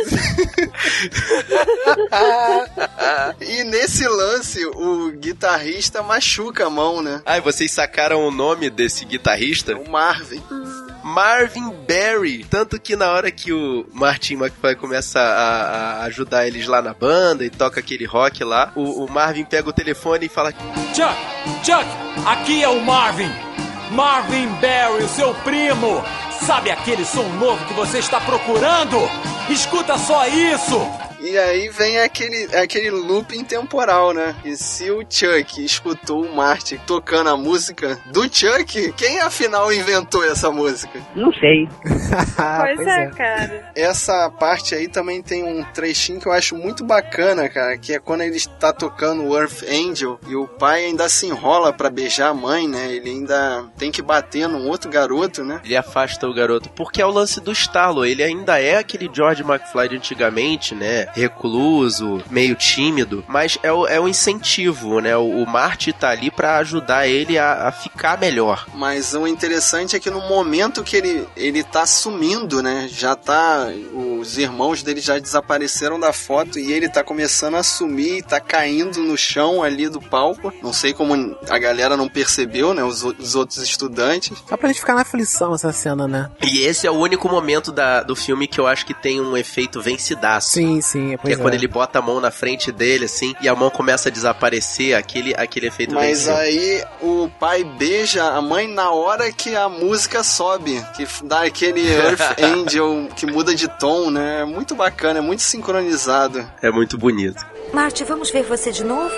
E nesse lance, o guitarrista machuca a mão, né? Ah, e vocês sacaram o nome desse guitarrista? O Marvin. Marvin Berry. Tanto que na hora que o Martin McFly começa a ajudar eles lá na banda e toca aquele rock lá, o Marvin pega o telefone e fala: Chuck, aqui é o Marvin. Marvin Berry, o seu primo. Sabe aquele som novo que você está procurando? Escuta só isso. E aí vem aquele looping temporal, né? E se o Chuck escutou o Marty tocando a música do Chuck, quem afinal inventou essa música? Não sei. Pois é, cara. Essa parte aí também tem um trechinho que eu acho muito bacana, cara, que é quando ele está tocando o Earth Angel e o pai ainda se enrola pra beijar a mãe, né? Ele ainda tem que bater num outro garoto, né? Ele afasta o garoto, porque é o lance do estalo. Ele ainda é aquele George McFly de antigamente, né? Recluso, meio tímido, mas é o incentivo, né? O Marty tá ali pra ajudar ele a ficar melhor. Mas o interessante é que no momento que ele tá sumindo, né? Já tá... Os irmãos dele já desapareceram da foto e ele tá começando a sumir, tá caindo no chão ali do palco. Não sei como a galera não percebeu, né? Os outros estudantes. Só pra gente ficar na aflição essa cena, né? E esse é o único momento do filme que eu acho que tem um efeito vencidaço. Sim. Sim, que é quando ele bota a mão na frente dele, assim, e a mão começa a desaparecer, aquele efeito Mas aí o pai beija a mãe na hora que a música sobe, que dá aquele Earth Angel que muda de tom, né? É muito bacana, é muito sincronizado. É muito bonito. Marty, vamos ver você de novo?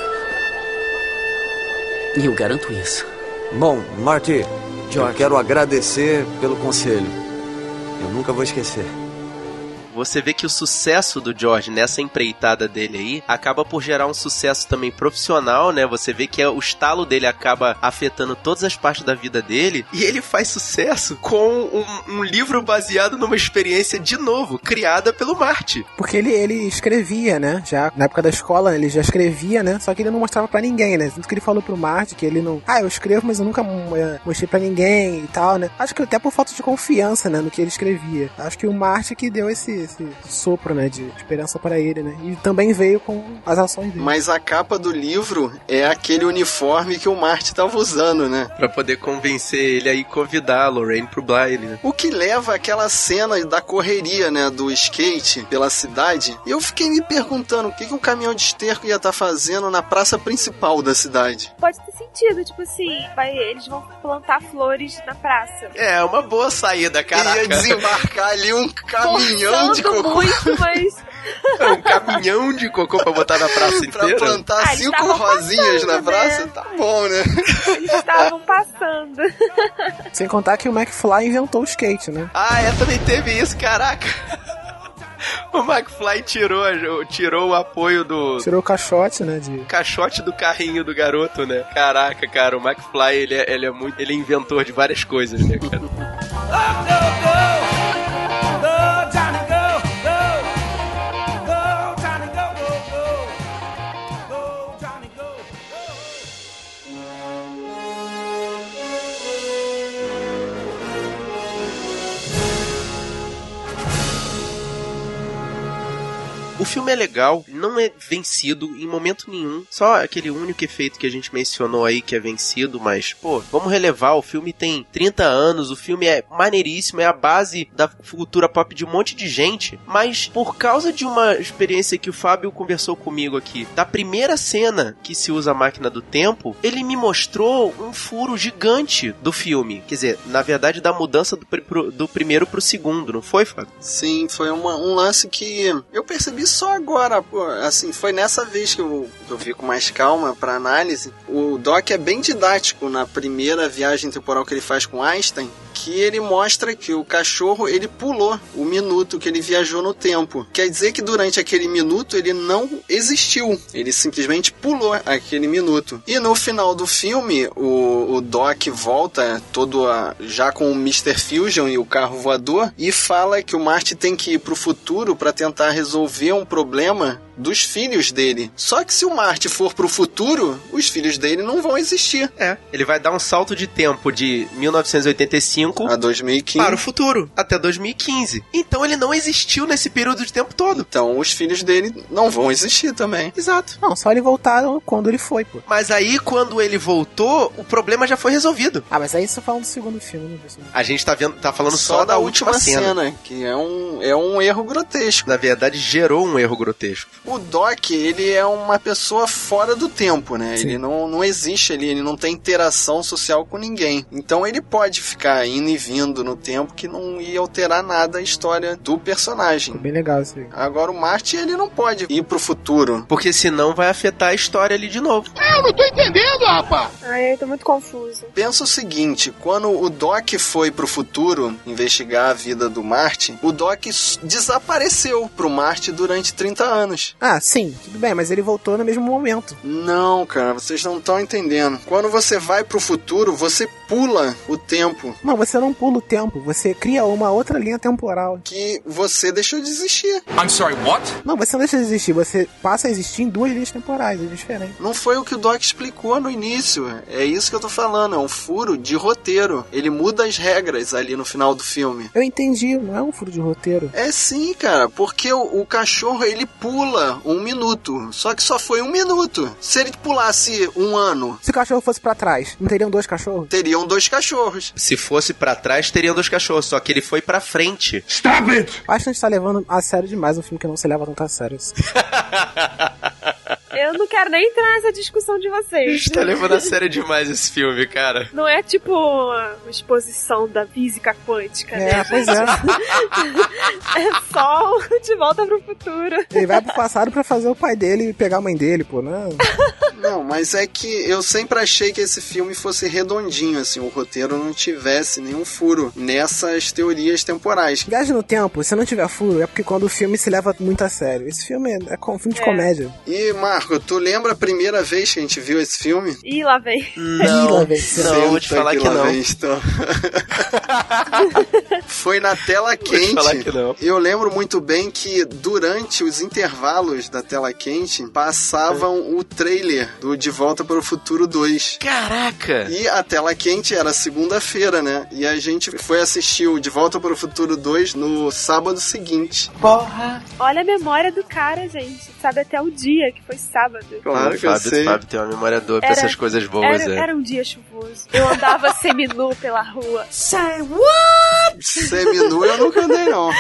E eu garanto isso. Bom, Marty, eu quero agradecer pelo conselho. Eu nunca vou esquecer. Você vê que o sucesso do George nessa empreitada dele aí acaba por gerar um sucesso também profissional, né? Você vê que o estalo dele acaba afetando todas as partes da vida dele, e ele faz sucesso com um livro baseado numa experiência, de novo, criada pelo Marty. Porque ele escrevia, né? Já na época da escola, ele já escrevia, né? Só que ele não mostrava pra ninguém, né? Tanto que ele falou pro Marty que ele não... eu escrevo, mas eu nunca mostrei pra ninguém e tal, né? Acho que até por falta de confiança, né? No que ele escrevia. Acho que o Marty que deu esse sopro, né, de esperança para ele, né, e também veio com as ações dele. Mas a capa do livro é aquele uniforme que o Marty tava usando, né? Pra poder convencer ele a ir convidar a Lorraine pro baile, né? O que leva àquela cena da correria, né, do skate pela cidade, e eu fiquei me perguntando o que um caminhão de esterco ia estar fazendo na praça principal da cidade. Pode ter sentido, tipo assim, eles vão plantar flores na praça. É, uma boa saída, caraca. Ia desembarcar ali um caminhão de cocô. Muito, mas... Um caminhão de cocô pra botar na praça inteira. Pra plantar 5 rosinhas na praça, né? Tá bom, né? Eles estavam passando. Sem contar que o McFly inventou o skate, né? Também teve isso, caraca. O McFly tirou o apoio do... Tirou o caixote, né? Caixote do carrinho do garoto, né? Caraca, cara, o McFly, ele é muito... Ele é inventor de várias coisas, né, cara? O filme é legal, não é vencido em momento nenhum. Só aquele único efeito que a gente mencionou aí que é vencido, mas, vamos relevar, o filme tem 30 anos, o filme é maneiríssimo, é a base da cultura pop de um monte de gente, mas por causa de uma experiência que o Fábio conversou comigo aqui, da primeira cena que se usa a máquina do tempo, ele me mostrou um furo gigante do filme. Quer dizer, na verdade, da mudança do primeiro pro segundo, não foi, Fábio? Sim, foi um lance que eu percebi só agora, assim, foi nessa vez que eu vi com mais calma pra análise. O Doc é bem didático na primeira viagem temporal que ele faz com Einstein, que ele mostra que o cachorro, ele pulou o minuto que ele viajou no tempo. Quer dizer que durante aquele minuto ele não existiu, ele simplesmente pulou aquele minuto. E no final do filme, o Doc volta já com o Mr. Fusion e o carro voador, e fala que o Marty tem que ir pro futuro para tentar resolver um problema dos filhos dele. Só que se o Marty for pro futuro, os filhos dele não vão existir. Ele vai dar um salto de tempo de 1985 a 2015 para o futuro, até 2015. Então ele não existiu nesse período de tempo todo. Então os filhos dele não vão existir também. Exato. Não, só ele voltar quando ele foi, pô. Mas aí, quando ele voltou, o problema já foi resolvido. Mas aí você falando do segundo filme, não sei. A gente tá falando só da última cena, que é um erro grotesco. Na verdade, gerou um erro grotesco. O Doc, ele é uma pessoa fora do tempo, né? Sim. Ele não existe ali, ele não tem interação social com ninguém. Então ele pode ficar indo e vindo no tempo que não ia alterar nada a história do personagem. Bem legal isso aí. Agora o Marty, ele não pode ir pro futuro. Porque senão vai afetar a história ali de novo. Eu não tô entendendo, rapaz! Eu tô muito confuso. Pensa o seguinte, quando o Doc foi pro futuro investigar a vida do Marty, o Doc desapareceu pro Marty durante 30 anos. Sim, tudo bem, mas ele voltou no mesmo momento. Não, cara, vocês não estão entendendo. Quando você vai pro futuro, você pula o tempo. Não, você não pula o tempo, você cria uma outra linha temporal. Que você deixou de existir. I'm sorry, what? Não, você não deixa de existir, você passa a existir em 2 linhas temporais, é diferente. Não foi o que o Doc explicou no início, é isso que eu tô falando, é um furo de roteiro. Ele muda as regras ali no final do filme. Eu entendi, não é um furo de roteiro. É sim, cara, porque o cachorro, ele pula 1 minuto, só que só foi 1 minuto. Se ele pulasse 1 ano... Se o cachorro fosse pra trás, não teriam 2 cachorros? Teriam 2 cachorros. Se fosse Pra trás teria dois cachorros, só que ele foi pra frente. Stop it! Acho que a gente tá levando a sério demais um filme que não se leva tanto a sério. Eu não quero nem entrar nessa discussão de vocês. A gente tá levando a sério demais esse filme, cara. Não é tipo uma exposição da física quântica, né? Pois é. É só De Volta pro Futuro. Ele vai pro passado pra fazer o pai dele e pegar a mãe dele, pô, né? Não, mas é que eu sempre achei que esse filme fosse redondinho, assim, o roteiro não tivesse nenhum furo nessas teorias temporais. Viagem no tempo, se não tiver furo, é porque quando o filme se leva muito a sério. Esse filme é um filme de comédia. E, Marco, tu lembra a primeira vez que a gente viu esse filme? Ih, lá vem. Não, vou te falar que não. Foi na tela quente. Vou te falar que não. Eu lembro muito bem que durante os intervalos da tela quente passavam o trailer do De Volta para o Futuro 2. Caraca! E a tela quente era segunda-feira, né? E a gente foi assistir o De Volta para o Futuro 2 no sábado seguinte. Porra! Olha a memória do cara, gente. Sabe até o dia que foi sábado. Claro que eu sei. Fábio tem uma memória boa pra essas coisas boas, Era um dia chuvoso. Eu andava seminu pela rua. Say what? Seminu eu nunca andei, não.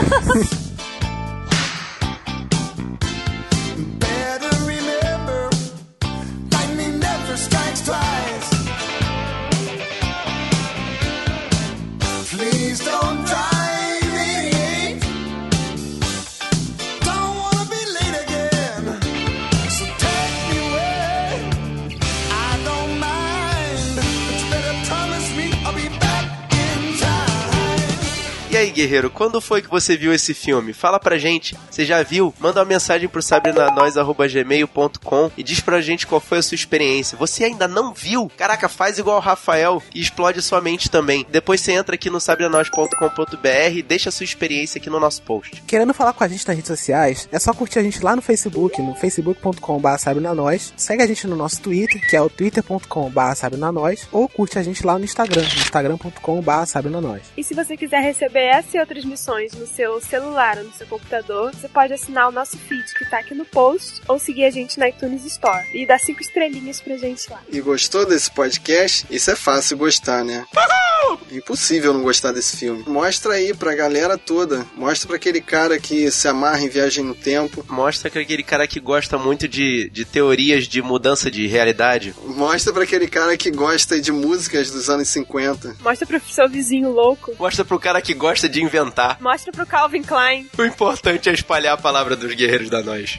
E aí, guerreiro, quando foi que você viu esse filme? Fala pra gente. Você já viu? Manda uma mensagem pro sabrenanois@gmail.com e diz pra gente qual foi a sua experiência. Você ainda não viu? Caraca, faz igual o Rafael e explode sua mente também. Depois você entra aqui no sabrenanois.com.br e deixa a sua experiência aqui no nosso post. Querendo falar com a gente nas redes sociais, é só curtir a gente lá no Facebook, no facebook.com/sabrenanois. Segue a gente no nosso Twitter, que é o twitter.com/sabrenanois, ou curte a gente lá no Instagram, no instagram.com/sabrenanois. E se você quiser receber essa e outras missões no seu celular ou no seu computador, você pode assinar o nosso feed que tá aqui no post ou seguir a gente na iTunes Store e dar 5 estrelinhas pra gente lá. E gostou desse podcast? Isso é fácil gostar, né? É impossível não gostar desse filme. Mostra aí pra galera toda. Mostra pra aquele cara que se amarra em Viagem no Tempo. Mostra pra aquele cara que gosta muito de teorias de mudança de realidade. Mostra pra aquele cara que gosta de músicas dos anos 50. Mostra pro seu vizinho louco. Mostra pro cara que gosta de inventar. Mostra pro Calvin Klein. O importante é espalhar a palavra dos guerreiros da nós.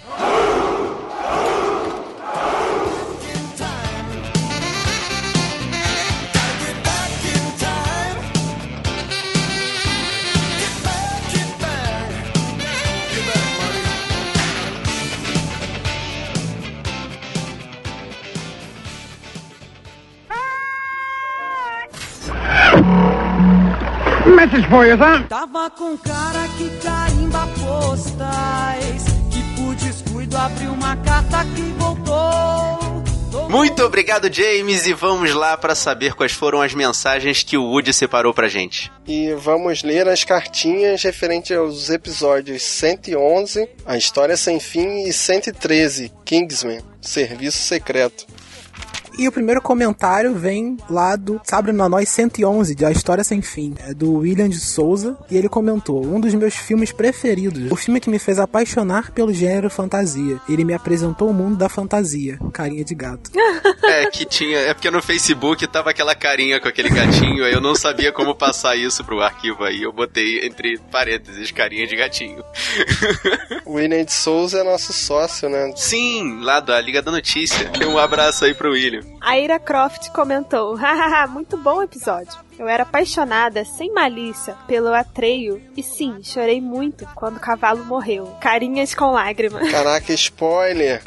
Message for you, son. Tava com cara que carimba postais, que por descuido abriu uma carta que voltou. Muito obrigado, James, e vamos lá para saber quais foram as mensagens que o Woody separou pra gente. E vamos ler as cartinhas referentes aos episódios 111, A História Sem Fim, e 113, Kingsman, Serviço Secreto. E o primeiro comentário vem lá do Sabre na Nós 111, de A História Sem Fim. É do William de Souza, e ele comentou: um dos meus filmes preferidos, o filme que me fez apaixonar pelo gênero fantasia. Ele me apresentou o mundo da fantasia. Carinha de gato. É porque no Facebook tava aquela carinha com aquele gatinho, aí eu não sabia como passar isso pro arquivo, aí eu botei entre parênteses carinha de gatinho. O William de Souza é nosso sócio, né? Sim, lá da Liga da Notícia. Um abraço aí pro William. A Ira Croft comentou: hahaha, muito bom episódio. Eu era apaixonada, sem malícia, pelo Atreio. E sim, chorei muito quando o cavalo morreu. Carinhas com lágrimas. Caraca, spoiler!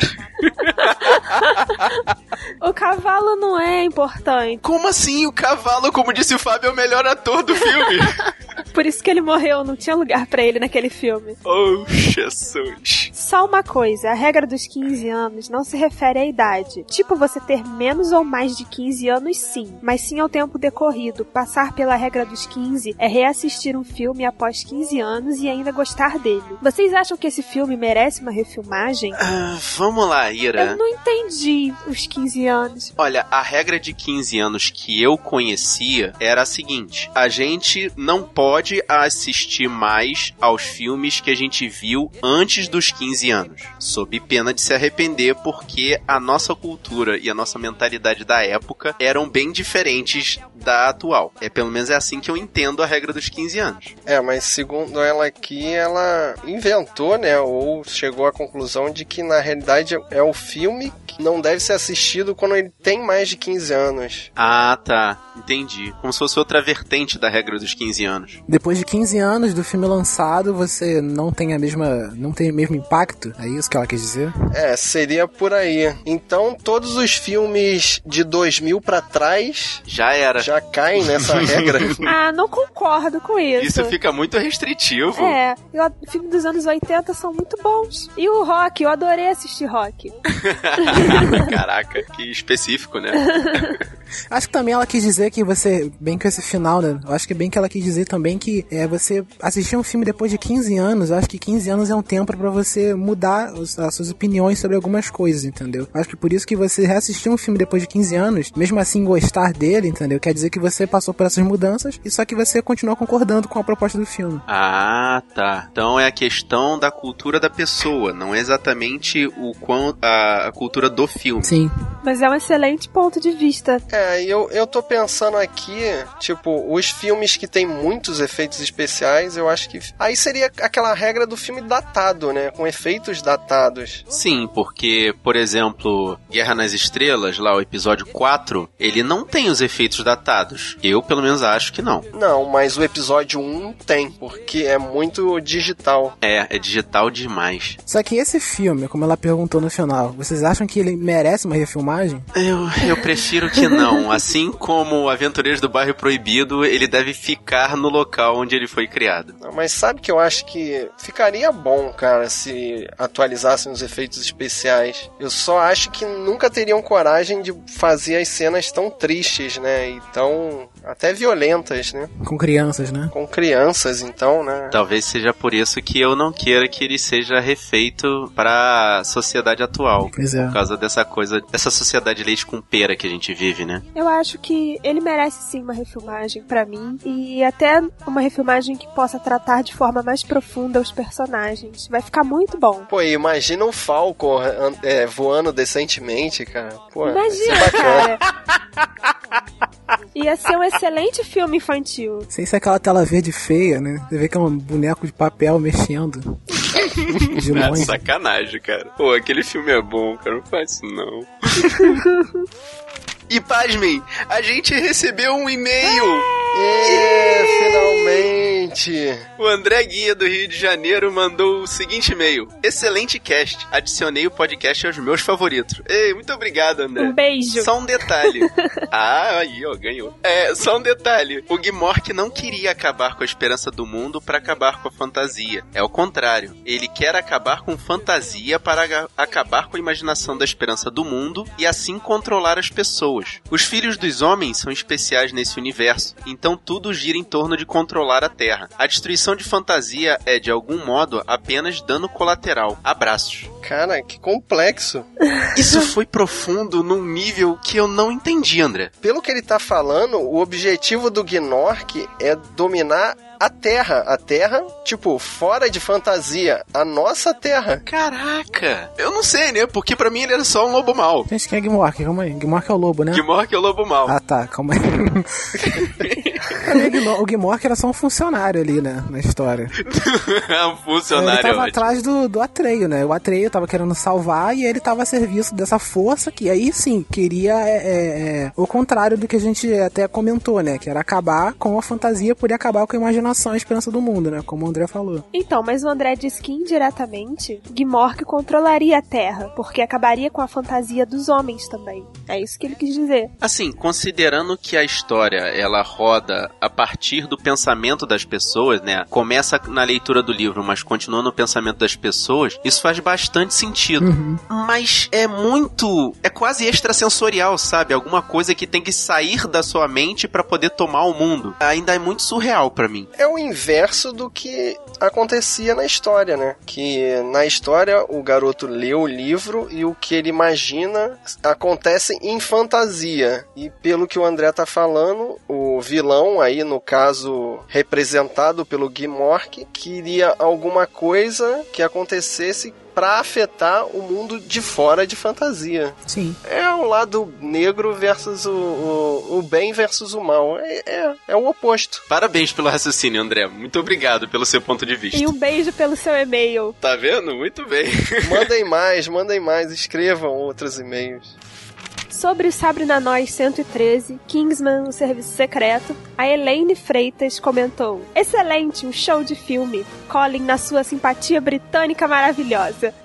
O cavalo não é importante. Como assim? O cavalo, como disse o Fábio, é o melhor ator do filme. Por isso que ele morreu, não tinha lugar pra ele naquele filme. Oh, Jesus. Só uma coisa, a regra dos 15 anos não se refere à idade. Tipo, você ter menos ou mais de 15 anos, sim, mas sim ao tempo decorrido. Passar pela regra dos 15 é reassistir um filme após 15 anos e ainda gostar dele. Vocês acham que esse filme merece uma refilmagem? Vamos lá, Ira. Eu não entendi os 15 anos. Olha, a regra de 15 anos que eu conhecia era a seguinte: a gente não pode assistir mais aos filmes que a gente viu antes dos 15 anos, sob pena de se arrepender, porque a nossa cultura e a nossa mentalidade da época eram bem diferentes da atual. Pelo menos é assim que eu entendo a regra dos 15 anos. Mas segundo ela aqui, ela inventou, né, ou chegou à conclusão de que na realidade é o filme que não deve ser assistido quando ele tem mais de 15 anos. Ah, tá. Entendi. Como se fosse outra vertente da regra dos 15 anos. Depois de 15 anos do filme lançado, você não tem o mesmo impacto? É isso que ela quis dizer? Seria por aí. Então, todos os filmes de 2000 pra trás... Já caem nessa regra. Não concordo com isso. Isso fica muito restritivo. O filme dos anos 80 são muito bons. E o Rock, eu adorei assistir Rock. Caraca, que específico, né? Acho que também ela quis dizer que você, bem com esse final, né? Eu acho que bem que ela quis dizer também que você assistir um filme depois de 15 anos, eu acho que 15 anos é um tempo pra você mudar as suas opiniões sobre algumas coisas, entendeu? Eu acho que por isso que você reassistir um filme depois de 15 anos, mesmo assim gostar dele, entendeu? Quer dizer que você passou por essas mudanças e só que você continua concordando com a proposta do filme. Ah, tá. Então é a questão da cultura da pessoa, não é exatamente a cultura do filme. Sim. Mas é um excelente ponto de vista. Eu tô pensando aqui, tipo, os filmes que tem muitos efeitos especiais, eu acho que... Aí seria aquela regra do filme datado, né? Com efeitos datados. Sim, porque, por exemplo, Guerra nas Estrelas, lá o episódio 4, ele não tem os efeitos datados. Eu, pelo menos, acho que não. Não, mas o episódio 1 tem, porque é muito digital. É digital demais. Só que esse filme, como ela perguntou no final, vocês acham que ele merece uma refilmagem? Eu prefiro que não. Assim como Aventureiros do Bairro Proibido, ele deve ficar no local onde ele foi criado. Mas sabe que eu acho que ficaria bom, cara, se atualizassem os efeitos especiais. Eu só acho que nunca teriam coragem de fazer as cenas tão tristes, né? E tão até violentas, né? Com crianças, né? Com crianças, então, né? Talvez seja por isso que eu não queira que ele seja refeito para a sociedade atual. Pois é. Por causa dessa coisa, dessa sociedade leite com pera que a gente vive, né? Eu acho que ele merece sim uma refilmagem pra mim, e até uma refilmagem que possa tratar de forma mais profunda os personagens. Vai ficar muito bom. Pô, imagina o Falcon voando decentemente, cara. Pô, imagina, cara. Ia ser um excelente filme infantil. Sem ser aquela tela verde feia, né? Você vê que é um boneco de papel mexendo. De longe. É sacanagem, cara. Pô, aquele filme é bom, cara. Não faz isso, não. E pasmem, a gente recebeu um e-mail. Finalmente. O André Guia do Rio de Janeiro mandou o seguinte e-mail: excelente cast, adicionei o podcast aos meus favoritos. Ei, muito obrigado, André. Um beijo. Só um detalhe. Aí, ó, ganhou. Só um detalhe. O Gmork não queria acabar com a esperança do mundo pra acabar com a fantasia. É o contrário. Ele quer acabar com fantasia para acabar com a imaginação da esperança do mundo e assim controlar as pessoas. Os filhos dos homens são especiais nesse universo, então tudo gira em torno de controlar a Terra. A destruição de fantasia é, de algum modo, apenas dano colateral. Abraços. Cara, que complexo. Isso foi profundo num nível que eu não entendi, André. Pelo que ele tá falando, o objetivo do Gnorc é dominar a Terra, tipo, fora de fantasia, a nossa Terra. Caraca, eu não sei, né? Porque pra mim ele era só um lobo mau. Gente, quem é Gmork? Calma aí. Gmork é o lobo, né? Gmork é o lobo mau. Ah, tá, calma aí. O Gmork era só um funcionário ali, né? Na história. Um funcionário. Ele tava atrás do Atreio, né? O Atreio tava querendo salvar e ele tava a serviço dessa força que aí sim queria o contrário do que a gente até comentou, né? Que era acabar com a fantasia, poder acabar com a imaginação, a esperança do mundo, né? Como o André falou. Então, mas o André disse que indiretamente Gmork controlaria a Terra, porque acabaria com a fantasia dos homens também. É isso que ele quis dizer. Assim, considerando que a história ela roda a partir do pensamento das pessoas, né? Começa na leitura do livro, mas continua no pensamento das pessoas. Isso faz bastante sentido. Mas é quase extrasensorial, sabe? Alguma coisa que tem que sair da sua mente pra poder tomar o mundo. Ainda é muito surreal pra mim. É o inverso do que acontecia na história, né? Que na história o garoto lê o livro e o que ele imagina acontece em fantasia. E pelo que o André tá falando, o vilão aí, no caso, representado pelo Gmork, queria alguma coisa que acontecesse pra afetar o mundo de fora de fantasia. Sim. É o lado negro versus o bem versus o mal. É o oposto. Parabéns pelo raciocínio, André. Muito obrigado pelo seu ponto de vista. E um beijo pelo seu e-mail. Tá vendo? Muito bem. Mandem mais. Escrevam outros e-mails. Sobre o Sabre na Nós 113, Kingsman, o Serviço Secreto, a Elaine Freitas comentou: excelente, um show de filme. Colin na sua simpatia britânica maravilhosa.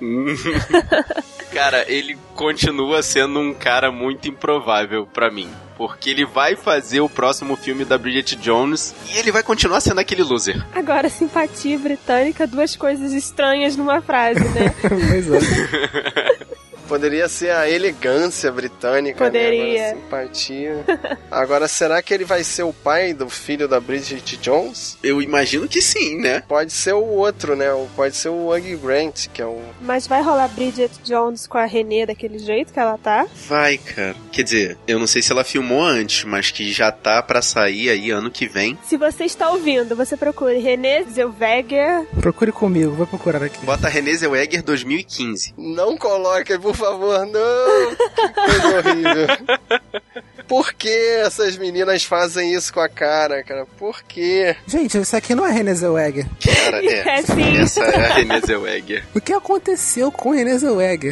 Cara, ele continua sendo um cara muito improvável pra mim. Porque ele vai fazer o próximo filme da Bridget Jones e ele vai continuar sendo aquele loser. Agora, simpatia britânica, duas coisas estranhas numa frase, né? Pois é. Poderia ser a elegância britânica. Poderia. Né? Agora, simpatia. Agora, será que ele vai ser o pai do filho da Bridget Jones? Eu imagino que sim, né? Pode ser o outro, né? Pode ser o Hugh Grant, que é o... Mas vai rolar Bridget Jones com a Renée daquele jeito que ela tá? Vai, cara. Quer dizer, eu não sei se ela filmou antes, mas que já tá pra sair aí ano que vem. Se você está ouvindo, você procure Renée Zellweger. Procure comigo, vou procurar aqui. Bota Renée Zellweger 2015. Não coloque, por favor, não! Que coisa horrível. Por que essas meninas fazem isso com a cara? Por quê? Gente, isso aqui não é Renée Zellweger. Cara, sim. Essa é a Renée Zellweger. O que aconteceu com Renée Zellweger?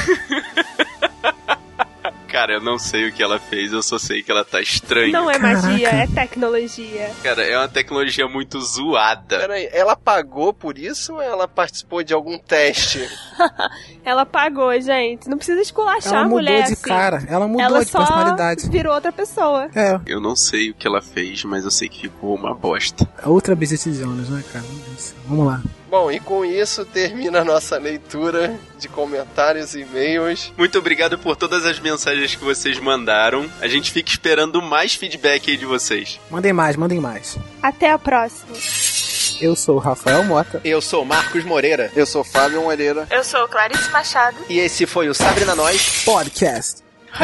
Cara, eu não sei o que ela fez, eu só sei que ela tá estranha. Não é magia, é tecnologia. Cara, é uma tecnologia muito zoada. Peraí, ela pagou por isso ou ela participou de algum teste? Ela pagou, gente. Não precisa esculachar a mulher. Ela mudou de cara, ela mudou de personalidade. Ela só virou outra pessoa. É. Eu não sei o que ela fez, mas eu sei que ficou uma bosta. Outra Bridget Jones, né, cara? Vamos lá. Bom, e com isso termina a nossa leitura de comentários e e-mails. Muito obrigado por todas as mensagens que vocês mandaram. A gente fica esperando mais feedback aí de vocês. Mandem mais. Até a próxima. Eu sou o Rafael Mota. Eu sou o Marcos Moreira. Eu sou o Fábio Moreira. Eu sou o Clarice Machado. E esse foi o Sabre na Nós Podcast.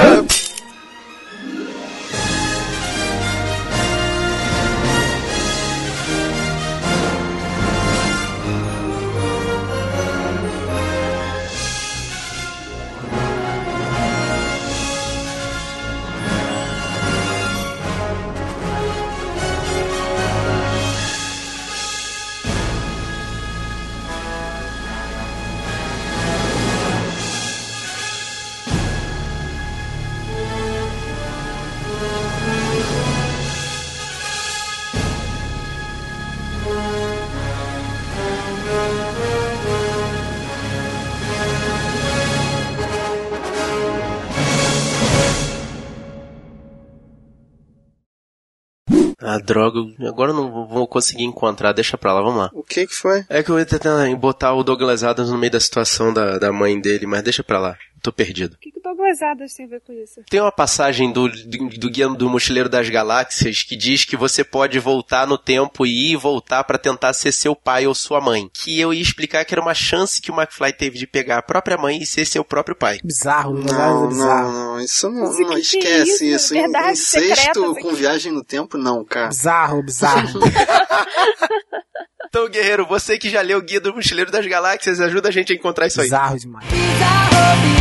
Ah, droga, agora eu não vou conseguir encontrar, deixa pra lá, vamos lá. O que foi? É que eu ia tentar botar o Douglas Adams no meio da situação da mãe dele, mas deixa pra lá, tô perdido. O que o Douglas Adams tem a ver com isso? Tem uma passagem do Guia do Mochileiro das Galáxias que diz que você pode voltar no tempo e ir e voltar pra tentar ser seu pai ou sua mãe. Que eu ia explicar que era uma chance que o McFly teve de pegar a própria mãe e ser seu próprio pai. Bizarro, não, isso não esquece isso. Incesto com viagem no tempo, não, cara. Bizarro. Então, guerreiro, você que já leu o Guia do Mochileiro das Galáxias, ajuda a gente a encontrar isso aí. Bizarro demais. Bizarro.